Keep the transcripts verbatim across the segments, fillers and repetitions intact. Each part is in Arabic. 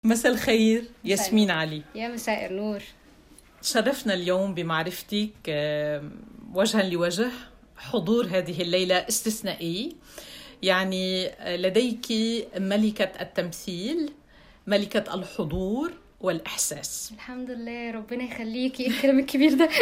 مساء الخير ياسمين علي. يا مساء النور. شرفنا اليوم بمعرفتك وجها لوجه. حضور هذه الليلة استثنائي، يعني لديك ملكة التمثيل، ملكة الحضور والإحساس. الحمد لله، ربنا يخليكي. ايه الكلام الكبير ده؟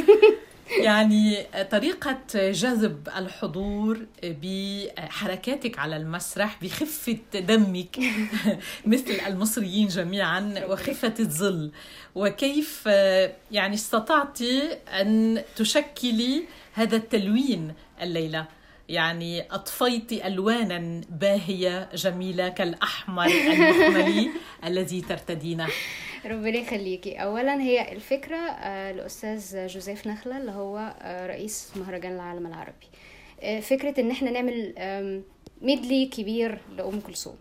يعني طريقة جذب الحضور بحركاتك على المسرح، بخفة دمك مثل المصريين جميعا وخفة الظل، وكيف يعني استطعتي أن تشكلي هذا التلوين الليلة. يعني أطفيت ألوانا باهية جميلة كالأحمر المحملي الذي ترتدينه. ربنا يخليكي. اولا هي الفكره الاستاذ جوزيف نخله اللي هو رئيس مهرجان العالم العربي، فكره ان احنا نعمل ميدلي كبير لأم كلثوم،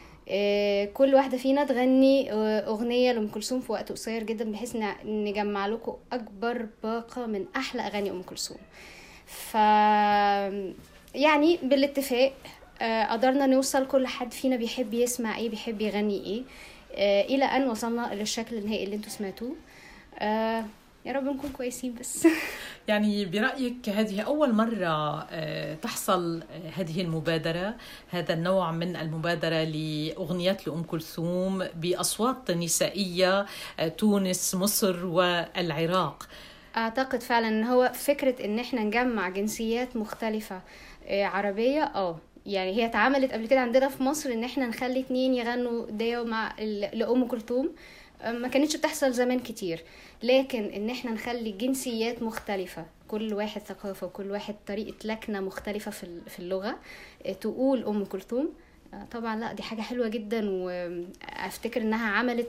كل واحده فينا تغني اغنيه لأم كلثوم في وقت قصير جدا، بحيث نجمع لكم اكبر باقه من احلى اغاني ام كلثوم. ف يعني بالاتفاق قدرنا نوصل كل حد فينا بيحب يسمع ايه، بيحب يغني ايه، الى ان وصلنا للشكل النهائي اللي انتوا سمعتوه. آه يا رب نكون كويسين بس. يعني برأيك هذه أول مرة تحصل هذه المبادرة، هذا النوع من المبادرة لأغنيات لأم كلثوم بأصوات نسائية، تونس، مصر والعراق؟ أعتقد فعلا أن هو فكرة أن احنا نجمع جنسيات مختلفة عربية. اه يعني هي اتعملت قبل كده عندنا في مصر ان احنا نخلي اتنين يغنوا ديو مع لأم كلثوم، ما كانتش بتحصل زمان كتير، لكن ان احنا نخلي جنسيات مختلفة، كل واحد ثقافة وكل واحد طريقة لكنة مختلفة في اللغة تقول أم كلثوم. طبعا لا، دي حاجة حلوة جدا، وافتكر انها عملت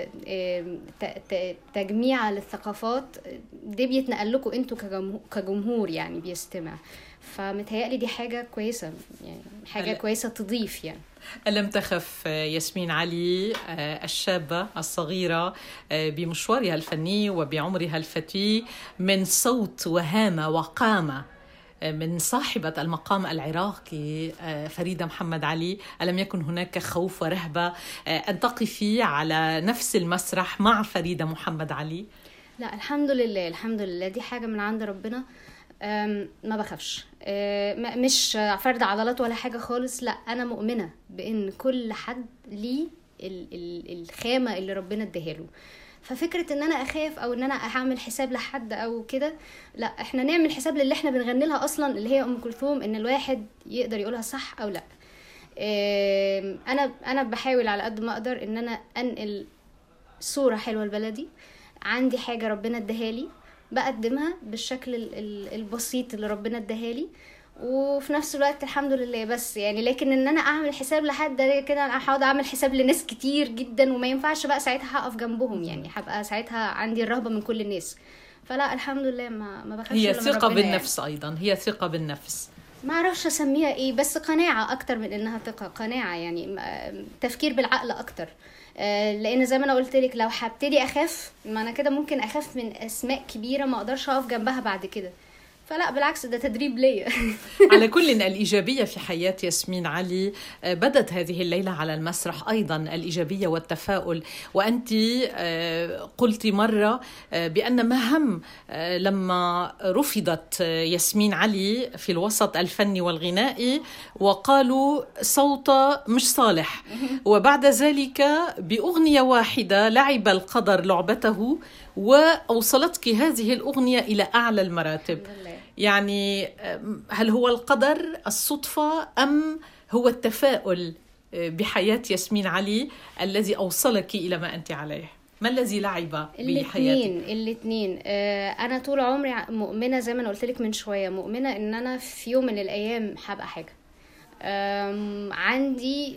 تجميع للثقافات دي بيتنقل لكم انتوا كجمهور يعني بيستمع، فمتهيألي دي حاجة كويسة، يعني حاجة أل... كويسة تضيف. يعني ألم تخف ياسمين علي الشابة الصغيرة بمشوارها الفني وبعمرها الفتي من صوت وهامة وقامة من صاحبة المقام العراقي فريدة محمد علي، ألم يكن هناك خوف ورهبة أن تقفي على نفس المسرح مع فريدة محمد علي؟ لا الحمد لله، الحمد لله، دي حاجة من عند ربنا. ما بخافش، مش فرد عضلات ولا حاجة خالص، لا أنا مؤمنة بأن كل حد ليه الخامة اللي ربنا اداهاله، ففكرة ان انا اخاف او ان انا اعمل حساب لحد او كده، لا، احنا نعمل حساب للي احنا بنغني لها اصلا اللي هي ام كلثوم، ان الواحد يقدر يقولها صح او لا. انا انا بحاول على قد ما اقدر ان انا انقل صورة حلوة البلدي، عندي حاجة ربنا اداهالي بقدمها بالشكل البسيط اللي ربنا اداهالي، وفي نفس الوقت الحمد لله. بس يعني لكن ان انا اعمل حساب لحد كده، انا هحاول اعمل حساب لناس كتير جدا، وما ينفعش بقى ساعتها هقف جنبهم، يعني هبقى ساعتها عندي الرهبة من كل الناس. فلا الحمد لله ما ما بخافش. هي ثقة بالنفس يعني. ايضا هي ثقة بالنفس، ما اعرفش اسميها ايه، بس قناعة اكتر من انها ثقة، قناعة يعني تفكير بالعقل اكتر. لان زي ما انا قلت لك، لو هبتدي اخاف، ما انا كده ممكن اخاف من اسماء كبيرة ما اقدرش اقف جنبها بعد كده، فلا بالعكس ده تدريب ليا. على كل الإيجابية في حياة ياسمين علي بدت هذه الليلة على المسرح، أيضا الإيجابية والتفاؤل. وأنت قلتي مرة بأن ما هم لما رفضت ياسمين علي في الوسط الفني والغنائي وقالوا صوته مش صالح، وبعد ذلك بأغنية واحدة لعب القدر لعبته وأوصلتك هذه الأغنية إلى أعلى المراتب. يعني هل هو القدر، الصدفة، أم هو التفاؤل بحياة ياسمين علي الذي أوصلك إلى ما أنت عليه؟ ما الذي لعب بحياتك؟ الاثنين الاثنين أنا طول عمري مؤمنة، زي ما أنا قلت لك من شوية، مؤمنة إن أنا في يوم من الأيام هبقى حاجة. عندي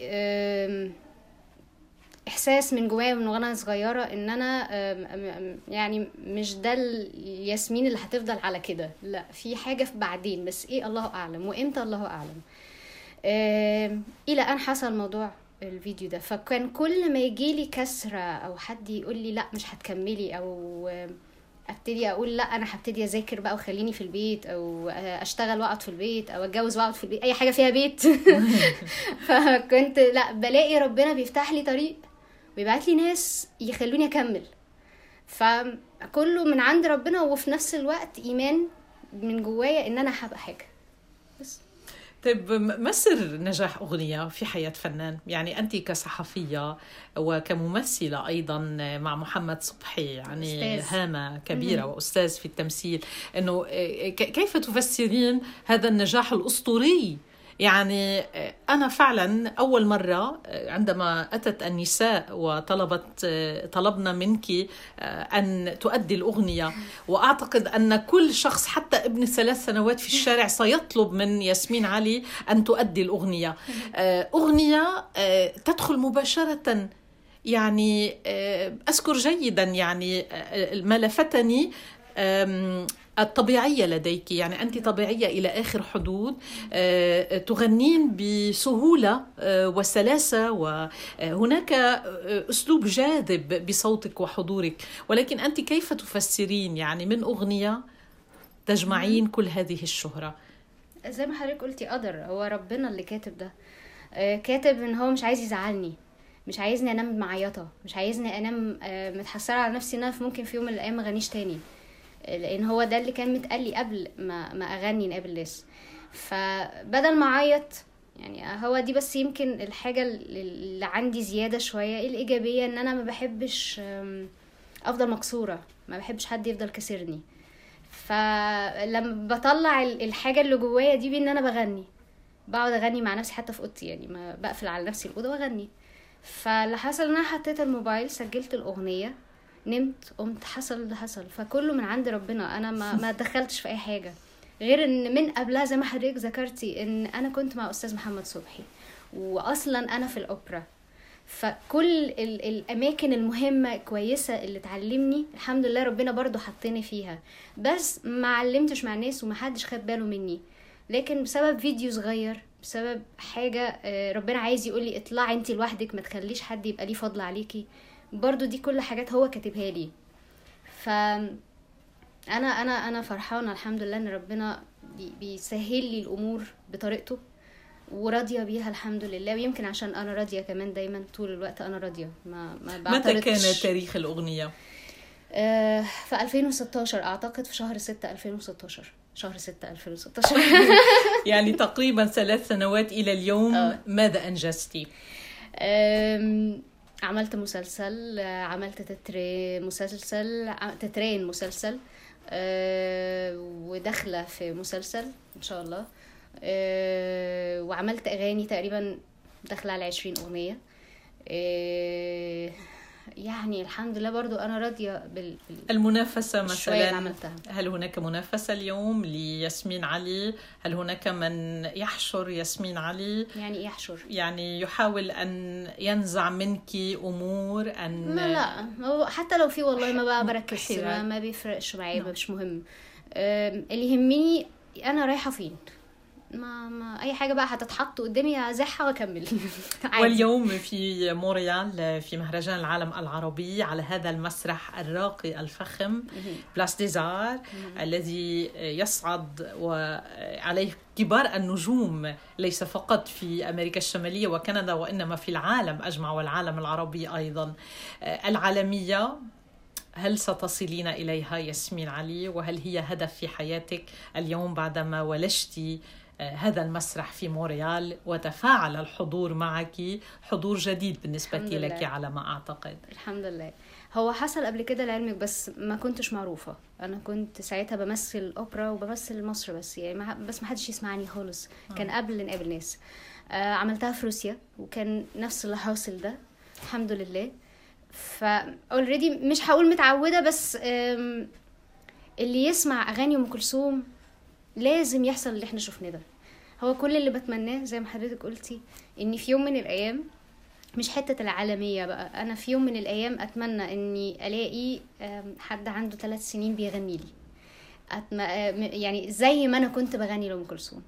احساس من جوايا من وانا صغيره ان انا يعني مش ده الياسمين اللي هتفضل على كده، لا، في حاجه في بعدين، بس ايه الله اعلم، وامتى الله اعلم. الى ان حصل موضوع الفيديو ده، فكان كل ما يجيلي كسره او حد يقول لي لا مش هتكملي، او ابتدي اقول لا انا هبتدي اذاكر بقى وخليني في البيت، او اشتغل واقعد في البيت، او اتجوز واقعد في البيت، اي حاجه فيها بيت. فكنت لا بلاقي ربنا بيفتح لي طريق بيبعت لي ناس يخلوني اكمل. فكله من عند ربنا، وفي نفس الوقت ايمان من جوايا ان انا هبقى حاجه بس. طيب ما سر نجاح أغنية في حياة فنان؟ يعني أنت كصحفية وكممثلة أيضا مع محمد صبحي، يعني أستاذ. هامة كبيرة م- وأستاذ في التمثيل، إنه كيف تفسرين هذا النجاح الأسطوري؟ يعني أنا فعلا أول مرة عندما أتت النساء وطلبت طلبنا منك أن تؤدي الأغنية، وأعتقد أن كل شخص حتى ابن ثلاث سنوات في الشارع سيطلب من ياسمين علي أن تؤدي الأغنية. أغنية تدخل مباشرة، يعني أذكر جيدا يعني ما لفتني الطبيعية لديك، يعني أنت طبيعية إلى آخر حدود، تغنين بسهولة وسلاسة، وهناك أسلوب جاذب بصوتك وحضورك. ولكن أنت كيف تفسرين يعني من أغنية تجمعين كل هذه الشهرة؟ زي ما حضرتك قلتي قدر، هو ربنا اللي كاتب ده. كاتب إن هو مش عايز يزعلني، مش عايزني أنام معيطة، مش عايزني أنام متحسرة على نفسي إن أنا ممكن في يوم من الأيام ما غنيش تاني، لان هو ده اللي كان متقلي قبل ما ما اغني نقابل الناس. فبدل ما اعيط يعني، هو دي بس يمكن الحاجه اللي عندي زياده شويه الايجابيه، ان انا ما بحبش افضل مكسوره، ما بحبش حد يفضل كسرني. فلما بطلع الحاجه اللي جوايا دي بان انا بغني، بقعد اغني مع نفسي حتى في اوضتي، يعني ما بقفل على نفسي الاوضه واغني. فاللي حصل ان انا حطيت الموبايل، سجلت الاغنيه، نمت، قمت، حصل اللي حصل. فكله من عند ربنا، انا ما ما دخلتش في اي حاجه، غير ان من قبلها زي ما حضرتك ذكرتي ان انا كنت مع استاذ محمد صبحي، واصلا انا في الاوبرا. فكل ال- الاماكن المهمه كويسه اللي تعلمني الحمد لله ربنا برضو حطني فيها، بس ما علمتش مع الناس وما حدش خد باله مني. لكن بسبب فيديو صغير، بسبب حاجه ربنا عايز يقول لي اطلعي انت لوحدك، ما تخليش حد يبقى ليه فضل عليكي، برضو دي كل حاجات هو كاتبها لي. ف انا انا انا فرحانه الحمد لله ان ربنا بيسهل لي الامور بطريقته، وراضيه بيها الحمد لله. ويمكن عشان انا راضيه كمان، دايما طول الوقت انا راضيه، ما ما بعترضش. متى كان تاريخ الاغنيه؟ آه في ألفين وستاشر اعتقد، في شهر ستة ألفين وستاشر، شهر ستة ألفين وستاشر. يعني تقريبا ثلاث سنوات الى اليوم. أوه. ماذا انجزتي؟ عملت مسلسل، عملت تتر مسلسل تترين مسلسل، أه وداخله في مسلسل ان شاء الله، أه وعملت اغاني تقريبا داخله على عشرين اغنيه. أه يعني الحمد لله برضو انا راضيه بال المنافسه مثلا. هل هناك منافسه اليوم لياسمين علي؟ هل هناك من يحشر ياسمين علي؟ يعني يحشر، يعني يحاول ان ينزع منك امور ان لا لا حتى لو في والله ما بقى بركز، ما, ما بيفرقش معايا، مش مهم. اللي يهمني انا رايحه فين، ما, ما اي حاجه بقى هتتحط قدامي ازحها واكمل. واليوم في مونريال في مهرجان العالم العربي على هذا المسرح الراقي الفخم بلاس ديزار الذي يصعد وعليه كبار النجوم، ليس فقط في أمريكا الشمالية وكندا وإنما في العالم أجمع والعالم العربي أيضا العالمية. هل ستصلين إليها ياسمين علي؟ وهل هي هدف في حياتك اليوم بعدما ولشتي هذا المسرح في مونريال وتفاعل الحضور معك حضور جديد بالنسبة لك على ما أعتقد؟ الحمد لله. هو حصل قبل كده لعلمك، بس ما كنتش معروفة. أنا كنت ساعتها بمثل أوبرا وبمثل مصر بس، يعني بس ما حدش يسمعني خالص. كان قبل نقابل ناس. آه عملتها في روسيا وكان نفس اللي حاصل ده الحمد لله. فأولريدي مش هقول متعودة، بس اللي يسمع أغاني أم كلثوم لازم يحصل اللي احنا شفناه ده. هو كل اللي بتمناه زي ما حضرتك قلتي، ان في يوم من الايام، مش حتة العالمية بقى، انا في يوم من الايام اتمنى اني الاقي حد عنده ثلاث سنين بيغني لي، أتم... يعني زي ما انا كنت بغني لأم كلثوم.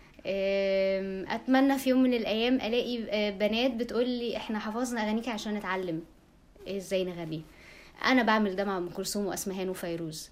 اتمنى في يوم من الايام الاقي بنات بتقول لي احنا حفظنا اغانيكي عشان نتعلم ازاي نغني. انا بعمل ده مع ام كلثوم واسمهان وفيروز.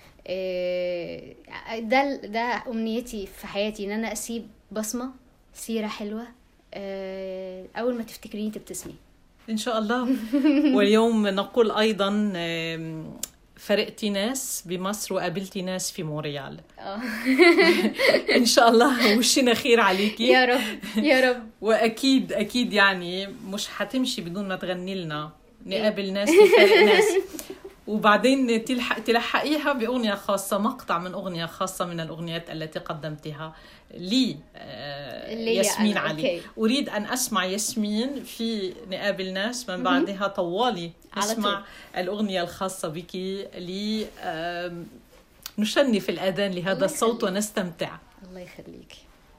ده ده امنيتي في حياتي، ان انا اسيب بصمه، سيره حلوه، اول ما تفتكريني تبتسمي. إن شاء الله. واليوم نقول أيضا فرقتي ناس بمصر وقابلتي ناس في مونريال. إن شاء الله وشنا خير عليكي يا رب يا رب. وأكيد أكيد يعني مش حتمشي بدون ما تغني لنا نقابل ناس نفرق ناس، وبعدين تلحق تلحقيها بأغنية خاصة، مقطع من أغنية خاصة من الأغنيات التي قدمتها لي ياسمين علي. أوكي. أريد أن أسمع ياسمين في نقابل ناس، من بعدها طوالي أسمع الأغنية الخاصة بك لي نشنف الأذان لهذا الصوت ونستمتع. الله يخليك.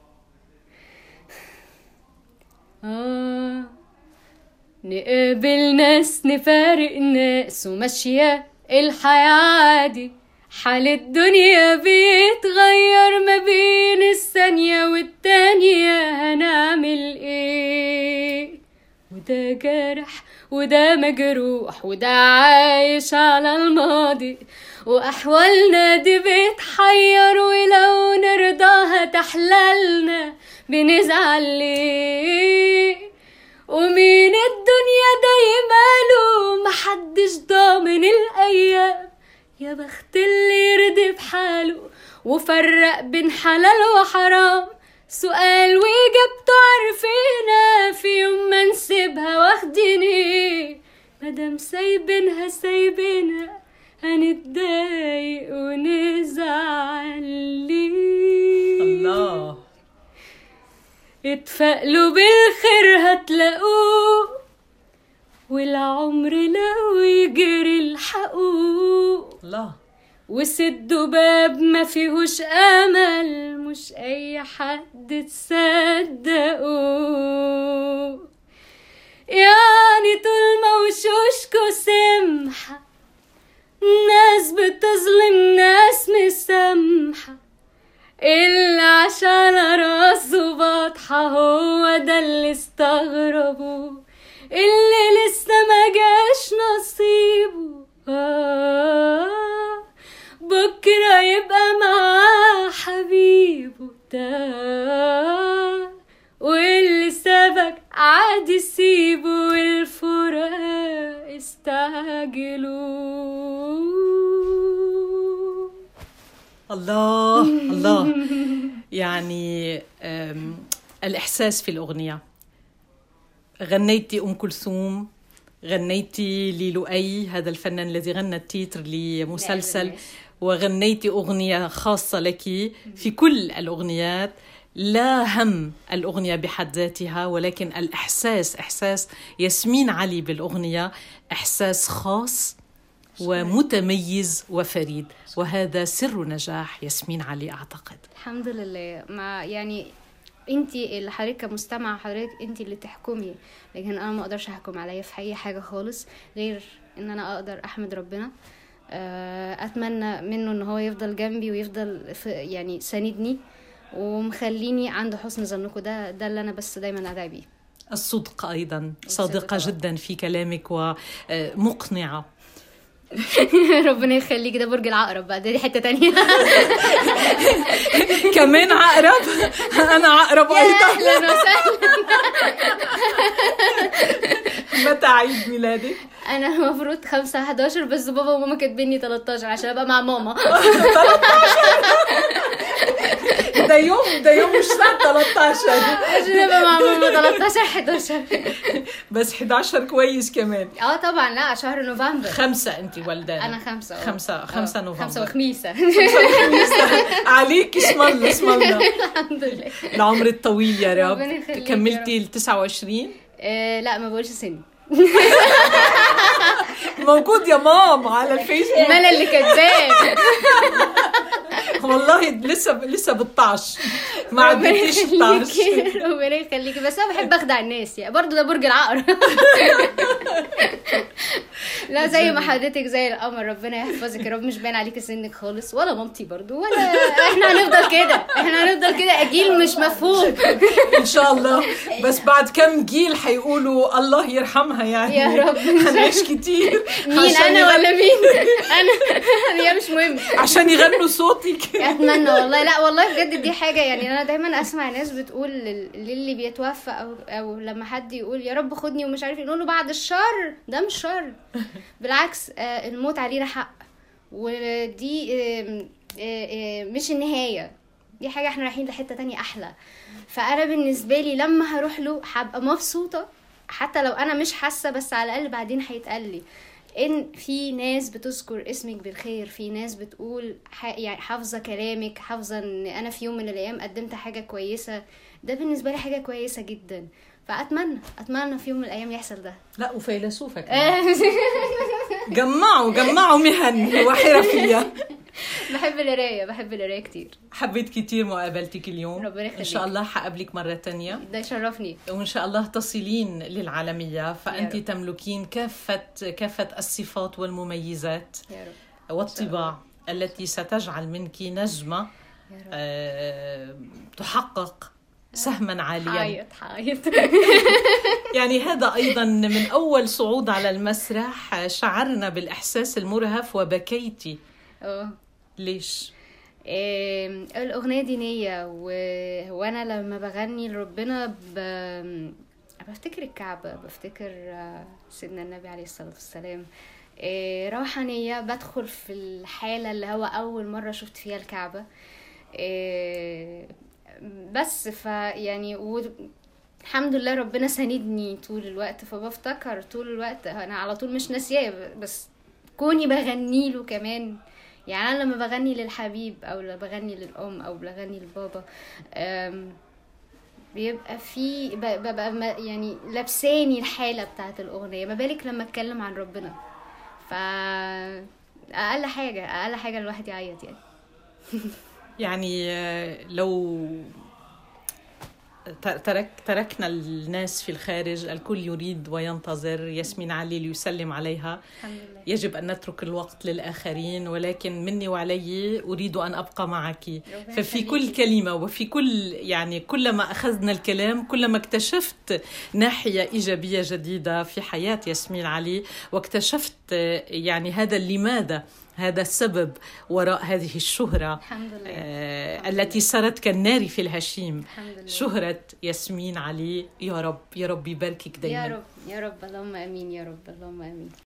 آه نقابل ناس نفارق ناس وماشية الحياة عادي، حال الدنيا بيتغير ما بين الثانية والتانية، هنعمل ايه؟ وده جارح وده مجروح وده عايش على الماضي، وأحوالنا دي بتحير، ولو نرضاها تحللنا بنزعل ليه؟ ومين الدنيا دايما له محدش ضامن الأيام، يا بخت اللي يرضي بحاله وفرق بين حلال وحرام، سؤال وإجابته عارفينها في يوم ما نسيبها واخديني، مادام سايبينها سايبينها هنتضايق ونزعل ليه؟ الله. اتفائلوا بالخير هتلاقوه، والعمر لو يجري الحقوه، الله. وسدوا باب ما فيهوش امل، مش اي حد تصدقوه، يعني طول ما وشوشكوا سمحة ناس بتظلم ناس مسامحة، اللي عشان راسه باطحة هو ده اللي استغربوا، اللي لسه ما جاش نصيبه آه بكرة يبقى معاه حبيبه ده، واللي سابك عادي سيبه، والفراق استعجلوا. الله الله. يعني الإحساس في الأغنية. غنيتي أم كلثوم، غنيتي للؤي هذا الفنان الذي غنى التيتر لمسلسل، وغنيتي أغنية خاصة لك. في كل الأغنيات لا هم الأغنية بحد ذاتها، ولكن الإحساس، إحساس ياسمين علي بالأغنية إحساس خاص ومتميز وفريد، وهذا سر نجاح ياسمين علي أعتقد. الحمد لله. ما يعني انتي اللي حضرتك كمستمع، حضرتك انتي اللي تحكمي، لكن انا ما اقدرش احكم عليا في اي حاجه خالص غير ان انا اقدر احمد ربنا، اتمنى منه ان هو يفضل جنبي ويفضل يعني ساندني ومخليني عند حسن ظنكم. ده ده اللي انا بس دايما ادعي بيه. الصدق ايضا، صادقه جدا في كلامك ومقنعه. ربنا يخليك. ده برج العقرب بقى، دي حته تانية. كمان عقرب. انا عقرب ايضا. اهلا وسهلا. متى عيد ميلادك؟ انا المفروض خمسة حداشر، بس بابا وماما كاتبيني تلتاشر عشان ابقى مع ماما. ده يوم ده يوم مش سنة تلتاشر عشان ابقى مع ماما تلتاشر حداشر. بس حداشر كويس كمان. اه طبعا. لا شهر نوفمبر. خمسة انت ولدان. انا خمسة. خمسة خمسة نوفمبر. خمسة وخميسة. خمسة وخميسة. عليك اسم الله اسم الله. الحمد لله. العمر الطويل يا رب. كملتي ال تسعة وعشرين؟ آه لا ما بقولش سني. موجود يا مام على الفيسبوك. ما انا اللي كاتباه. والله لسه لسه بالطعش ما عدتيش الطعش. ربنا يخليكي. بس انا بحب اخدع الناس يعني، برضو ده برج العقرب. لا زي ما حضرتك زي القمر، ربنا يحفظك يا رب، مش باين عليك سنك خالص، ولا مامتي برضو، ولا احنا هنفضل كده، احنا هنفضل كده جيل مش مفهوم. ان شاء الله. بس بعد كم جيل حيقولوا الله يرحمها يعني يا رب. هنعيش كتير. مين انا ولا مين انا؟ هي مش مهم عشان يغنوا صوتك. اتمنى والله. لا والله بجد دي حاجه يعني انا دايما اسمع ناس بتقول لل- للي بيتوفى او او لما حد يقول يا رب خدني ومش عارف، يقولوا له بعد الشر. ده مش شر، بالعكس، آه، الموت علينا حق، ودي آه، آه، آه، مش النهايه، دي حاجه احنا رايحين لحته تانية احلى. فانا بالنسبه لي لما هروح له هبقى مبسوطه، حتى لو انا مش حاسه، بس على الاقل بعدين هيتقال لي ان في ناس بتذكر اسمك بالخير، في ناس بتقول ح... يعني حافظه كلامك، حافظه ان انا في يوم من الايام قدمت حاجه كويسه. ده بالنسبه لي حاجه كويسه جدا، فاتمنى اتمنى في يوم من الايام يحصل ده. لا وفيلسوفة كمان. جمعوا جمعوا مهن وحرفية. بحب القرايه، بحب القرايه كتير. حبيت كتير مقابلتك اليوم. ربنا يخليك. ان شاء الله حقابلك مرة تانية، ده يشرفني. وإن شاء الله تصلين للعالمية، فأنت تملكين كافة كافة الصفات والمميزات يا رب. والطباع التي ستجعل منك نجمة يا رب. آه، تحقق سهما عاليا. حايط حايط. يعني هذا أيضا من أول صعود على المسرح شعرنا بالإحساس المرهف وبكيتي. اه ليش؟ إيه، الأغنية دينية و... وأنا لما بغني لربنا ب... بفتكر الكعبة، بفتكر آه، سيدنا النبي عليه الصلاة والسلام. إيه، روحانية، بدخل في الحالة اللي هو أول مرة شفت فيها الكعبة. إيه، بس فيعني و... الحمد لله ربنا ساندني طول الوقت، فبفتكر طول الوقت، أنا على طول مش ناسياه، بس كوني بغني له كمان. يعني انا لما بغني للحبيب او لما بغني للام او بغني للبابا، أم، بيبقى في ب- ببقى ما- يعني لابساني الحاله بتاعت الاغنيه، ما بالك لما اتكلم عن ربنا. ف اقل حاجه اقل حاجه الواحد يعيط يعني. يعني آه، لو ترك تركنا الناس في الخارج، الكل يريد وينتظر ياسمين علي ليسلم عليها. الحمد لله. يجب أن نترك الوقت للآخرين، ولكن مني وعلي أريد أن أبقى معك. ففي كل كلمة وفي كل يعني كلما أخذنا الكلام كلما اكتشفت ناحية إيجابية جديدة في حياة ياسمين علي، واكتشفت يعني هذا لماذا هذا السبب وراء هذه الشهرة. الحمد لله. آه الحمد التي صارت كالنار في الهشيم. الحمد لله. شهرة ياسمين علي. يا رب يا رب يباركك دايما. يا رب يا رب، اللهم امين، يا رب اللهم امين.